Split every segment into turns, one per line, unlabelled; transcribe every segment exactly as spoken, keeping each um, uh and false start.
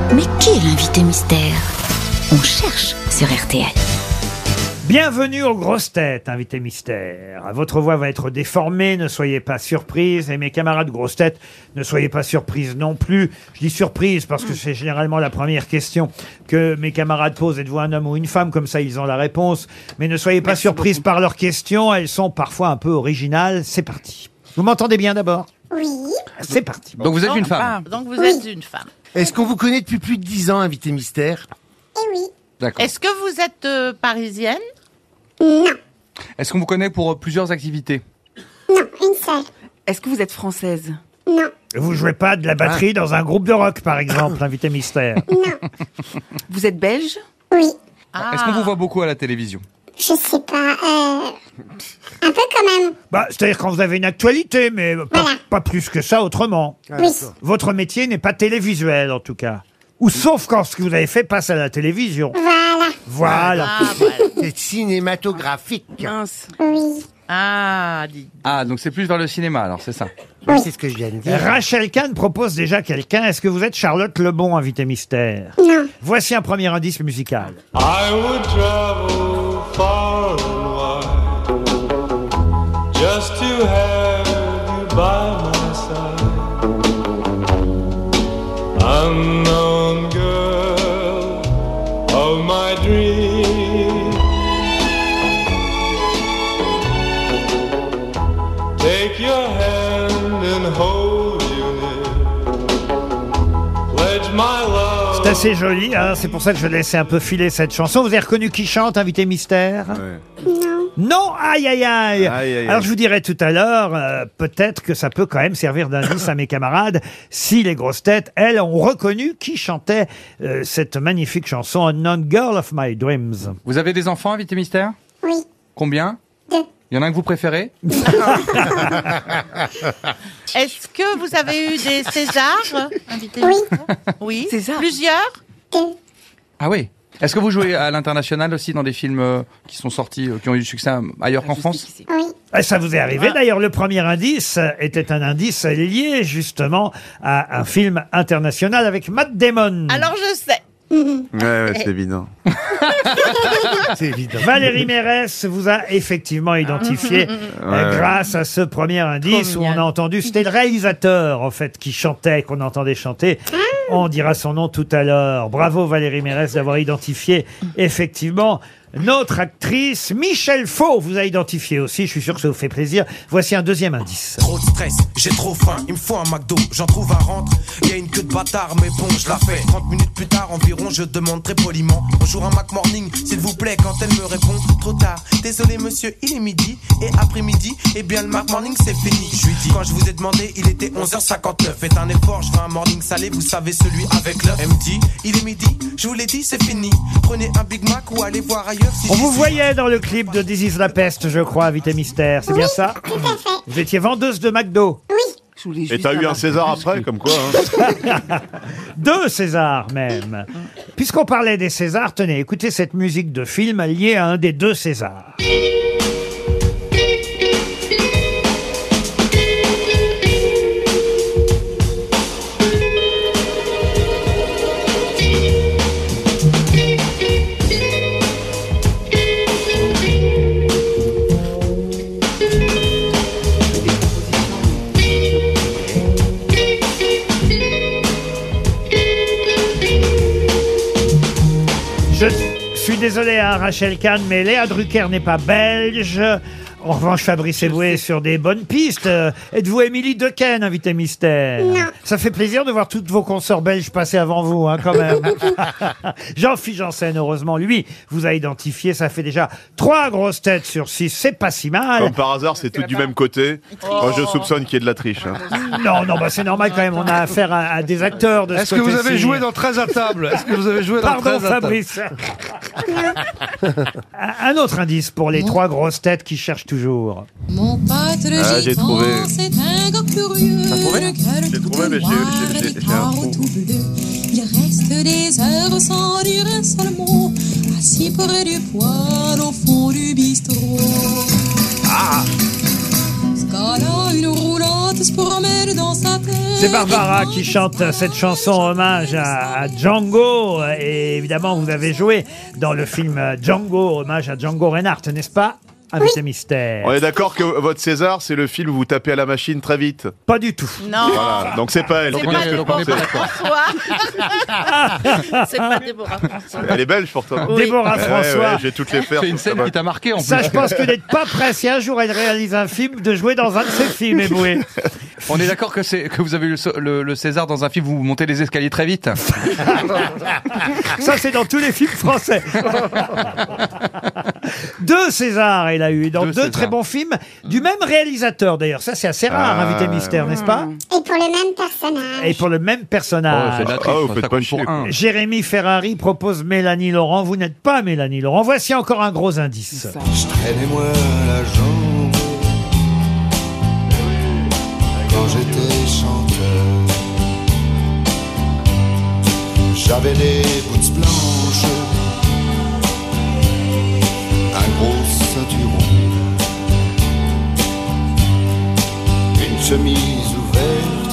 Mais qui est l'invité mystère? On cherche sur R T L.
Bienvenue aux grosses têtes, invité mystère. Votre voix va être déformée, ne soyez pas surprise. Et mes camarades grosses têtes, ne soyez pas surprises non plus. Je dis surprise parce que c'est généralement la première question que mes camarades posent. Êtes-vous un homme ou une femme? Comme ça, ils ont la réponse. Mais ne soyez pas surprises par leurs questions. Elles sont parfois un peu originales. C'est parti. Vous m'entendez bien d'abord?
Oui.
C'est parti.
Donc vous êtes une femme.
Donc vous êtes une femme.
Est-ce qu'on vous connaît depuis plus de dix ans, invité mystère?
Eh oui.
D'accord.
Est-ce que vous êtes euh, parisienne?
Non.
Est-ce qu'on vous connaît pour euh, plusieurs activités?
Non, une seule.
Est-ce que vous êtes française?
Non.
Vous jouez pas de la batterie dans un groupe de rock, par exemple, invité mystère?
Non.
Vous êtes belge?
Oui.
Ah.
Est-ce qu'on vous voit beaucoup à la télévision?
Je sais pas. Euh... Un peu quand même.
Bah, c'est-à-dire quand vous avez une actualité, mais pas,
Voilà.
pas plus que ça autrement.
Oui.
Votre métier n'est pas télévisuel, en tout cas. Ou sauf quand ce que vous avez fait passe à la télévision.
Voilà.
Voilà.
Ah, voilà.
C'est cinématographique.
Mince.
Oui.
Ah, dis.
Ah, donc c'est plus vers le cinéma, alors c'est ça.
Oui, c'est ce que je viens de dire.
Rachel Kahn propose déjà quelqu'un. Est-ce que vous êtes Charlotte Lebon, invité mystère?
Non.
Voici un premier indice musical.
I would travel far and wide just to have you by my side. Unknown girl of my dream. Take your hand and hold you near. Pledge my love.
C'est assez joli, hein, c'est pour ça que je laissais un peu filer cette chanson. Vous avez reconnu qui chante, invité mystère?
Non.
Non, aïe aïe aïe.
Aïe, aïe, aïe.
Alors je vous dirai tout à l'heure, euh, peut-être que ça peut quand même servir d'indice à mes camarades si les grosses têtes, elles, ont reconnu qui chantait euh, cette magnifique chanson Unknown Girl of My Dreams.
Vous avez des enfants, invité mystère?
Oui.
Combien?
Deux.
Il y en a un que vous préférez?
Est-ce que vous avez eu des Césars, invité
Oui.
mystère? Oui.
César.
Plusieurs?
Deux.
Ah oui. Est-ce que vous jouez à l'international aussi dans des films euh, qui sont sortis, euh, qui ont eu du succès euh, ailleurs qu'en France?
Oui.
Et ça vous est arrivé. D'ailleurs, le premier indice était un indice lié justement à un film international avec Matt Damon.
Alors je sais.
Ouais, ouais, c'est évident.
C'est évident.
Valérie Mérès vous a effectivement identifié euh,
Ouais, ouais.
grâce à ce premier indice
Trop
où on a
mignon.
entendu, c'était le réalisateur en fait qui chantait, qu'on entendait chanter. On dira son nom tout à l'heure. Bravo Valérie Mérès d'avoir identifié effectivement notre actrice. Michel Faux vous a identifié aussi, je suis sûr que ça vous fait plaisir. Voici un deuxième indice.
Trop de stress, j'ai trop faim, il me faut un McDo, j'en trouve un rentre, il y a une queue de bâtard mais bon je la fais. Trente minutes plus tard environ je demande très poliment, bonjour un Mac Morning s'il vous plaît. Quand elle me répond trop tard, désolé monsieur il est midi, et après-midi, eh bien le Mac Morning c'est fini. Je lui dis quand je vous ai demandé il était onze heures cinquante-neuf, faites un effort, je veux un morning salé, vous savez celui avec l'œuf. Elle me dit il est midi, je vous l'ai dit c'est fini, prenez un Big Mac ou allez voir ailleurs si
On
j'y
vous
suis.
voyait dans le clip de This is la peste, je crois, invité mystère, c'est bien ça?
Tout à fait.
Vous étiez vendeuse de McDo.
Je voulais
Et
juste
t'as eu un
avoir-
César après, comme quoi, hein.
Deux Césars même. Puisqu'on parlait des Césars, tenez, écoutez cette musique de film liée à un des deux Césars. Je suis désolé, hein, Rachel Kahn, mais Léa Drucker n'est pas belge. En revanche, Fabrice Eboué est sur des bonnes pistes. Euh, Êtes-vous Émilie Dequesne, invité mystère?
Non.
Ça fait plaisir de voir toutes vos consorts belges passer avant vous, hein, quand même. Jean-Philippe Janssen, heureusement, lui, vous a identifié. Ça fait déjà trois grosses têtes sur six. C'est pas si mal.
Comme par hasard, c'est tout du même côté. Moi, je soupçonne qu'il y ait de la triche. hein.
Non, non, bah c'est normal quand même. On a affaire à, à des acteurs de ce
Est-ce que vous
côté-ci.
avez joué dans treize à table? Est-ce que vous avez joué dans
Pardon,
treize à table?
Fabrice. Un autre indice pour les trois grosses têtes qui cherchent toujours.
Mon pâtre
Ah, j'ai trouvé.
c'est un gars curieux.
T'as trouvé?
Lequel
J'ai
tout
trouvé, mais j'ai-
noir
j'ai- j'ai-
et
j'ai un
par
trou.
tout bleu. Il reste des heures sans dire un seul mot, assis près du poêle au fond du bistrot.
Ah!
Ce gars-là, une roulante se promène dans sa tête.
C'est Barbara qui chante cette chanson en hommage à, à Django. Et évidemment, vous avez joué dans le film Django, hommage à Django Reinhardt, n'est-ce pas? Invité mystère.
On est d'accord que votre César, c'est le film où vous tapez à la machine très vite.
Pas du tout.
Non.
Voilà, donc c'est pas elle.
C'est
C'est
pas
bien ce que je
Déborah
pensais.
François. C'est pas Déborah François.
Elle est belge pourtant.
Oui.
Déborah
Ouais,
François.
ouais, j'ai toutes les faire.
C'est une scène qui t'a marqué en plus.
Ça, je pense que vous n'êtes pas prêt, si un jour elle réalise un film, de jouer dans un de ses films, Eboué.
On est d'accord que, c'est, que vous avez eu le, le, le César dans un film où vous montez les escaliers très vite.
Ça, c'est dans tous les films français. Deux Césars, elle a eu, dans deux,
Deux Césars.
très bons films, du même réalisateur d'ailleurs. Ça, c'est assez rare,
Ah.
invité mystère, n'est-ce pas?
Et pour le même personnage.
Et pour le même personnage.
Oh, c'est de la triche,
Oh, vous
ça
faites
compte
pas
pour
chier.
un.
Jérémy Ferrari propose Mélanie Laurent. Vous n'êtes pas Mélanie Laurent. Voici encore un gros indice.
Traînez-moi la jambe quand j'étais chanteur. J'avais des boots blanches, un gros ceinturon, une chemise ouverte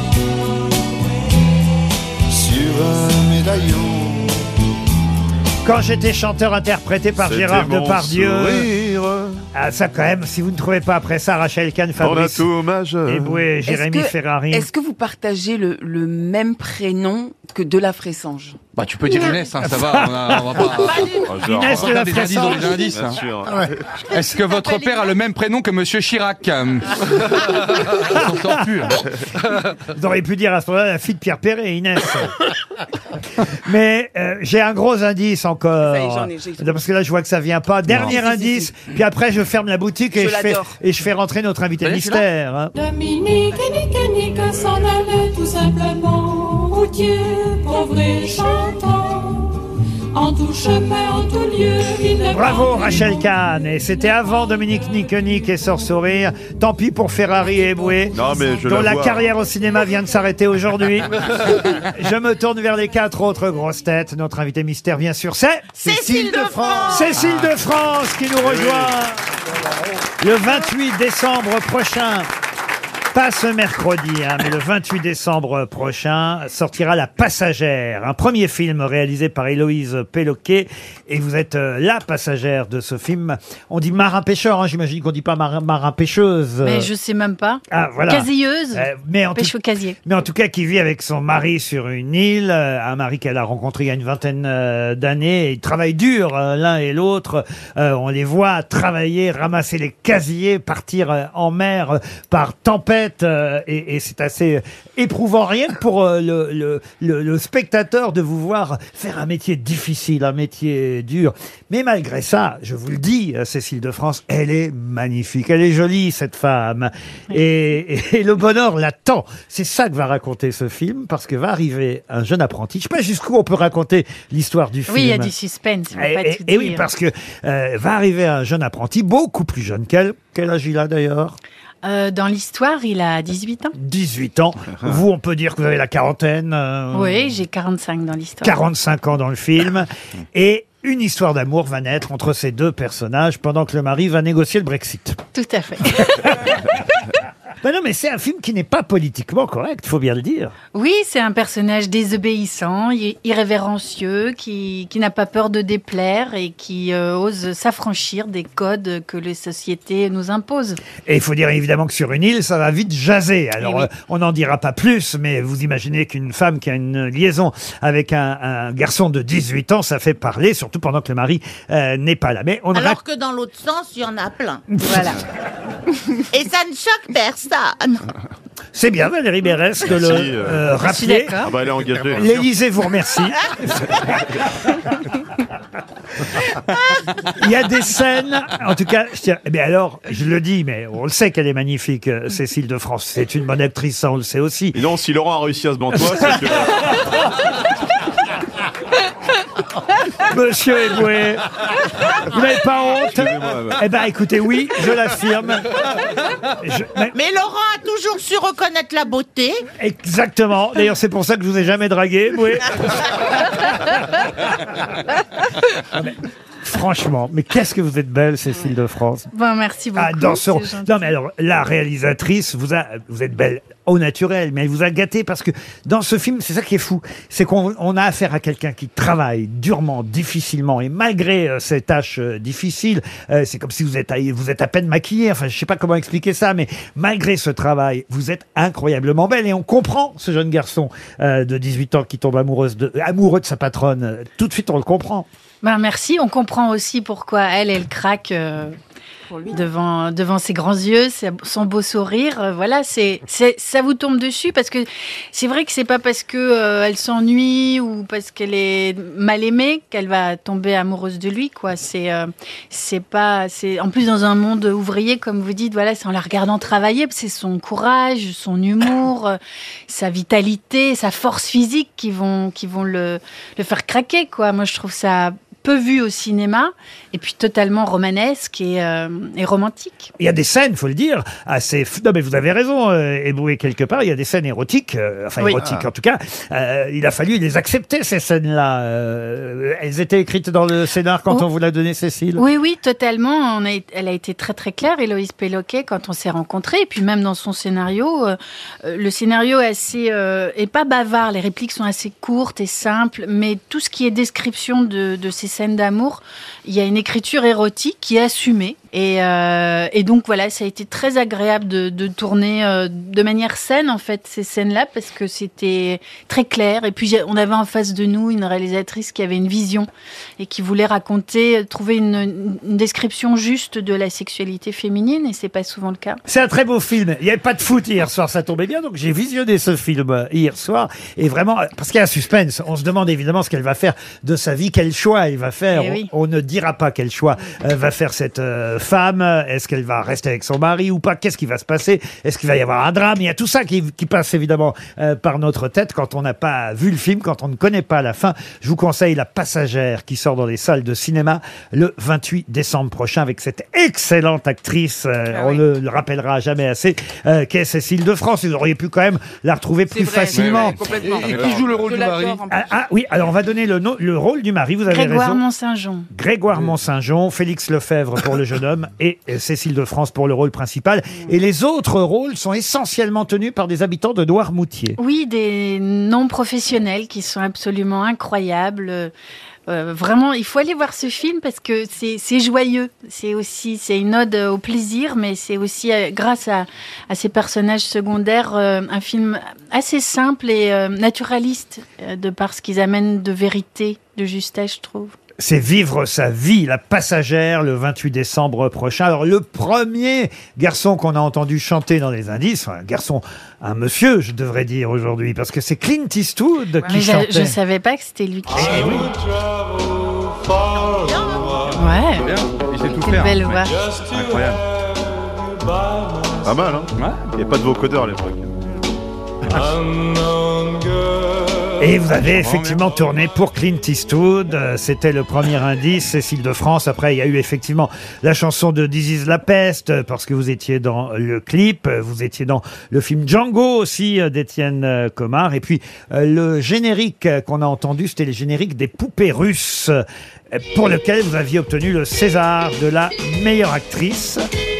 sur un médaillon.
Quand j'étais chanteur interprété par
C'était
Gérard
mon
Depardieu.
sourire.
Ah, ça quand même, si vous ne trouvez pas après ça, Rachel Kahn,
On a
Fabrice
tout majeur.
Eboué, Jérémy
Est-ce que-
Ferrari.
Est-ce que vous partagez le, le même prénom que de la Fressange?
Bah, tu peux dire Inès, hein, ça va. On, a, on va pas.
Oh, genre.
Inès
On
de
va
la
faire des indices dans les
Fressange.
indices.
Bien
hein.
sûr.
Est-ce que votre père a le même prénom que Monsieur Chirac? On s'en sort plus. hein.
Vous auriez pu dire à ce moment-là la fille de Pierre Perret, Inès. Mais euh, j'ai un gros indice encore.
Ça y est, j'en ai, j'ai-
Parce que là, je vois que ça vient pas. Dernier
Si, si,
indice,
si,
puis après, je ferme la boutique et
Je
je, fais,
l'adore.
et je fais rentrer notre invité
Allez,
mystère. hein.
Dominique et Nick et Nick s'en allaient tout simplement, routier, pauvre et chantant. En tout chemin, en tout lieu, il ne
Bravo
manque
Rachel
ni
Kahn. Et c'était avant Dominique Nick et Sort Sourire. Tant pis pour Ferrari et Eboué,
Non, mais je
dont
la
la
vois.
carrière au cinéma vient de s'arrêter aujourd'hui. Je me tourne vers les quatre autres grosses têtes. Notre invité mystère, bien sûr, c'est
Cécile de France.
Cécile de France qui nous rejoint le vingt-huit décembre prochain. Pas ce mercredi, hein, mais le vingt-huit décembre prochain sortira La Passagère, un premier film réalisé par Héloïse Péloquet. Et vous êtes euh, la passagère de ce film. On dit marin-pêcheur, hein, j'imagine qu'on dit pas marin- marin-pêcheuse.
Mais je sais même pas.
Ah, voilà.
Casilleuse.
Euh, mais en
Pêche
tout-
au casier.
Mais en tout cas, qui vit avec son mari sur une île, euh, un mari qu'elle a rencontré il y a une vingtaine euh, d'années. Ils travaillent dur euh, l'un et l'autre. Euh, on les voit travailler, ramasser les casiers, partir euh, en mer euh, par tempête. euh, et et c'est assez éprouvant, rien que pour euh, le, le, le, le spectateur de vous voir faire un métier difficile, un métier dur. Mais malgré ça, je vous le dis, euh, Cécile de France, elle est magnifique. Elle est jolie, cette femme. Et, et, et le bonheur l'attend. C'est ça que va raconter ce film, parce que va arriver un jeune apprenti. Je sais pas jusqu'où on peut raconter l'histoire du film.
Oui, il y a du suspense. Il faut
Et,
pas
et-
tout
et oui,
dire.
parce que euh, va arriver un jeune apprenti, beaucoup plus jeune qu'elle. Quel âge il a d'ailleurs?
Euh, dans l'histoire, il a dix-huit ans.
dix-huit ans. Vous, on peut dire que vous avez la quarantaine. euh,
Oui, j'ai quarante-cinq dans l'histoire.
quarante-cinq ans dans le film. Et une histoire d'amour va naître entre ces deux personnages pendant que le mari va négocier le Brexit.
Tout à fait.
Ben non, mais c'est un film qui n'est pas politiquement correct, faut bien le dire.
Oui, c'est un personnage désobéissant, i- irrévérencieux, qui, qui n'a pas peur de déplaire et qui euh, ose s'affranchir des codes que les sociétés nous imposent.
Et il faut dire évidemment que sur une île, ça va vite jaser. Alors,
Eh oui.
euh, on n'en dira pas plus, mais vous imaginez qu'une femme qui a une liaison avec un, un garçon de dix-huit ans, ça fait parler, surtout pendant que le mari euh, n'est pas là. Mais on ne
Alors que dans l'autre sens, il y en a plein. Voilà. Et ça ne choque personne.
C'est bien, Valérie Berès, de le
Merci, euh,
euh,
Je suis
rappeler.
d'accord.
Ah bah elle est engagée.
L'Élysée vous remercie. Il y a des scènes, en tout cas, je tiens, eh bien alors, je le dis, mais on le sait qu'elle est magnifique, euh, Cécile de France. C'est une bonne actrice, ça on le sait aussi.
Et non, si Laurent a réussi à se bantoir, c'est que...
Monsieur Eboué, vous n'avez pas honte?
Excusez-moi, ouais.
Eh ben, écoutez, oui, je l'affirme. Je- mais-
Mais Laurent a toujours su reconnaître la beauté.
Exactement. D'ailleurs, c'est pour ça que je vous ai jamais dragué, oui. Franchement, mais qu'est-ce que vous êtes belle, Cécile de France.
Bon, merci beaucoup.
Ah, dans ce...
c'est gentil.
Non, mais alors, la réalisatrice, vous, a... vous êtes belle au naturel, mais elle vous a gâté parce que dans ce film, c'est ça qui est fou, c'est qu'on on a affaire à quelqu'un qui travaille durement, difficilement, et malgré euh, ces tâches euh, difficiles, euh, c'est comme si vous êtes, à, vous êtes à peine maquillé, enfin je sais pas comment expliquer ça, mais malgré ce travail, vous êtes incroyablement belle, et on comprend ce jeune garçon euh, de dix-huit ans qui tombe amoureuse de, amoureux de sa patronne, euh, tout de suite on le comprend.
Ben merci, on comprend aussi pourquoi elle, elle craque euh, devant, devant ses grands yeux, ses- son beau sourire. Euh, voilà, c'est, c'est, ça vous tombe dessus parce que c'est vrai que c'est pas parce que euh, elle s'ennuie ou parce qu'elle est mal aimée qu'elle va tomber amoureuse de lui, quoi. C'est, euh, c'est pas, c'est en plus dans un monde ouvrier, comme vous dites, voilà, c'est en la regardant travailler, c'est son courage, son humour, euh, sa vitalité, sa force physique qui vont, qui vont le, le faire craquer, quoi. Moi, je trouve ça peu vu au cinéma, et puis totalement romanesque et, euh, et romantique.
Il y a des scènes, faut le dire, assez... f- Non mais vous avez raison, euh, Eboué, quelque part, il y a des scènes érotiques, euh, enfin
Oui.
érotiques
Ah.
en tout cas, euh, il a fallu les accepter, ces scènes-là. Euh, elles étaient écrites dans le scénar quand
Oh.
on vous l'a donné, Cécile?
Oui, oui, totalement. On a, elle a été très très claire, Héloïse Péloquet, quand on s'est rencontrés. Et puis même dans son scénario, euh, euh, le scénario est assez, euh, est pas bavard. Les répliques sont assez courtes et simples, mais tout ce qui est description de, de ces scènes d'amour, il y a une écriture érotique qui est assumée. Et, euh, et donc voilà, ça a été très agréable de, de tourner euh, de manière saine en fait ces scènes-là parce que c'était très clair. Et puis j'ai- on avait en face de nous une réalisatrice qui avait une vision et qui voulait raconter, trouver une, une description juste de la sexualité féminine, et c'est pas souvent le cas.
C'est un très beau film. Il n'y avait pas de foot hier soir, ça tombait bien. Donc j'ai visionné ce film euh, hier soir. Et vraiment, euh, parce qu'il y a un suspense. On se demande évidemment ce qu'elle va faire de sa vie, quel choix elle va faire.
Eh oui.
On, on ne dira pas quel choix euh, va faire cette euh, femme. Est-ce qu'elle va rester avec son mari ou pas? Qu'est-ce qui va se passer? Est-ce qu'il va y avoir un drame? Il y a tout ça qui, qui passe évidemment euh, par notre tête quand on n'a pas vu le film, quand on ne connaît pas la fin. Je vous conseille La Passagère qui sort dans les salles de cinéma le vingt-huit décembre prochain avec cette excellente actrice, euh,
Ah
on
oui.
ne le rappellera jamais assez, euh, qu'est Cécile de France. Vous auriez pu quand même la retrouver plus
vrai,
facilement.
ouais, ouais, complètement.
Et qui joue le rôle
Je
du mari?
l'adore, en plus.
Ah, ah, oui, alors on va donner le, no- le rôle du mari, vous avez
Grégoire
raison.
Mont-Saint-Jean.
Grégoire Mont-Saint-Jean, Félix Lefebvre pour le jeune homme et euh, Cécile de France pour le rôle principal. Et les autres rôles sont essentiellement tenus par des habitants de Noirmoutier.
Oui, des non professionnels qui sont absolument incroyables. Euh, vraiment, il faut aller voir ce film parce que c'est c'est joyeux. C'est aussi c'est une ode au plaisir, mais c'est aussi euh, grâce à, à ces personnages secondaires euh, un film assez simple et euh, naturaliste euh, de par ce qu'ils amènent de vérité, de justesse, je trouve.
C'est Vivre sa vie, La Passagère, le vingt-huit décembre prochain. Alors, le premier garçon qu'on a entendu chanter dans les indices, enfin, un garçon, un monsieur, je devrais dire aujourd'hui, parce que c'est Clint Eastwood qui
Mais je,
chantait.
je savais pas que c'était lui qui
Eh oui.
Ouais.
Bien. Il sait tout
Quelle
faire.
belle
hein,
voix.
mec. Incroyable.
Pas mal, hein?
Ouais.
Il n'y a pas de vocodeur à l'époque.
Et vous avez effectivement tourné pour Clint Eastwood. Euh, C'était le premier indice, Cécile de France. Après, il y a eu effectivement la chanson de This is la peste, euh, parce que vous étiez dans le clip. Euh, Vous étiez dans le film Django aussi, euh, d'Étienne euh, Comard. Et puis, euh, le générique euh, qu'on a entendu, c'était le générique des Poupées russes, euh, pour lequel vous aviez obtenu le César de la meilleure actrice.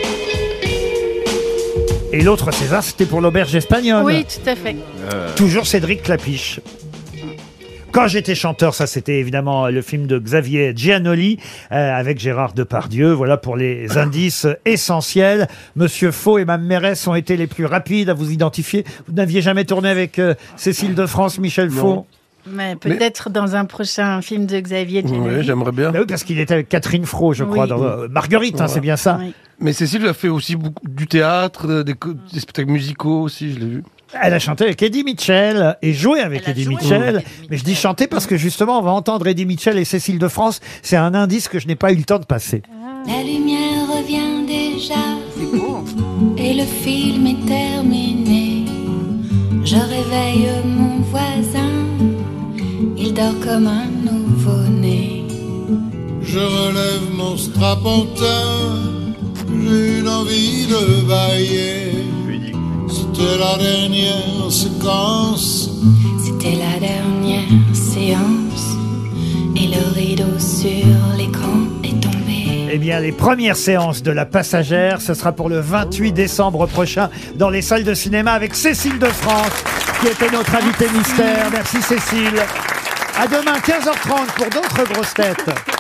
Et l'autre César, c'était pour l'Auberge espagnole.
Oui, tout à fait.
Toujours Cédric Clapiche. Quand j'étais chanteur, ça c'était évidemment le film de Xavier Giannoli euh, avec Gérard Depardieu. Voilà pour les indices essentiels. Monsieur Faux et Mme Mérès ont été les plus rapides à vous identifier. Vous n'aviez jamais tourné avec euh, Cécile de France, Michel Faux?
Mais peut-être dans un prochain film de Xavier Giannoli.
Oui, j'aimerais bien.
Bah oui, parce qu'il était avec Catherine Fro, je crois,
Oui.
dans euh, Marguerite, hein, c'est bien ça.
Oui.
Mais Cécile a fait aussi beaucoup du théâtre, euh, des, co- des spectacles musicaux aussi, je l'ai vu.
Elle a chanté avec Eddie Mitchell et joué avec Eddie Mitchell. Mais je dis chanter parce que justement, on va entendre Eddie Mitchell et Cécile de France. C'est un indice que je n'ai pas eu le temps de passer.
La lumière revient déjà et le film est terminé. Je réveille mon voisin, il dort comme un nouveau-né.
Je relève mon strapontin, j'ai une envie de bailler. C'était la dernière séquence.
C'était la dernière séance et le rideau sur l'écran est tombé.
Eh bien, les premières séances de La Passagère, ce sera pour le vingt-huit décembre prochain dans les salles de cinéma avec Cécile de France, qui était notre invitée mystère. Merci Cécile. À demain, quinze heures trente pour d'autres grosses têtes.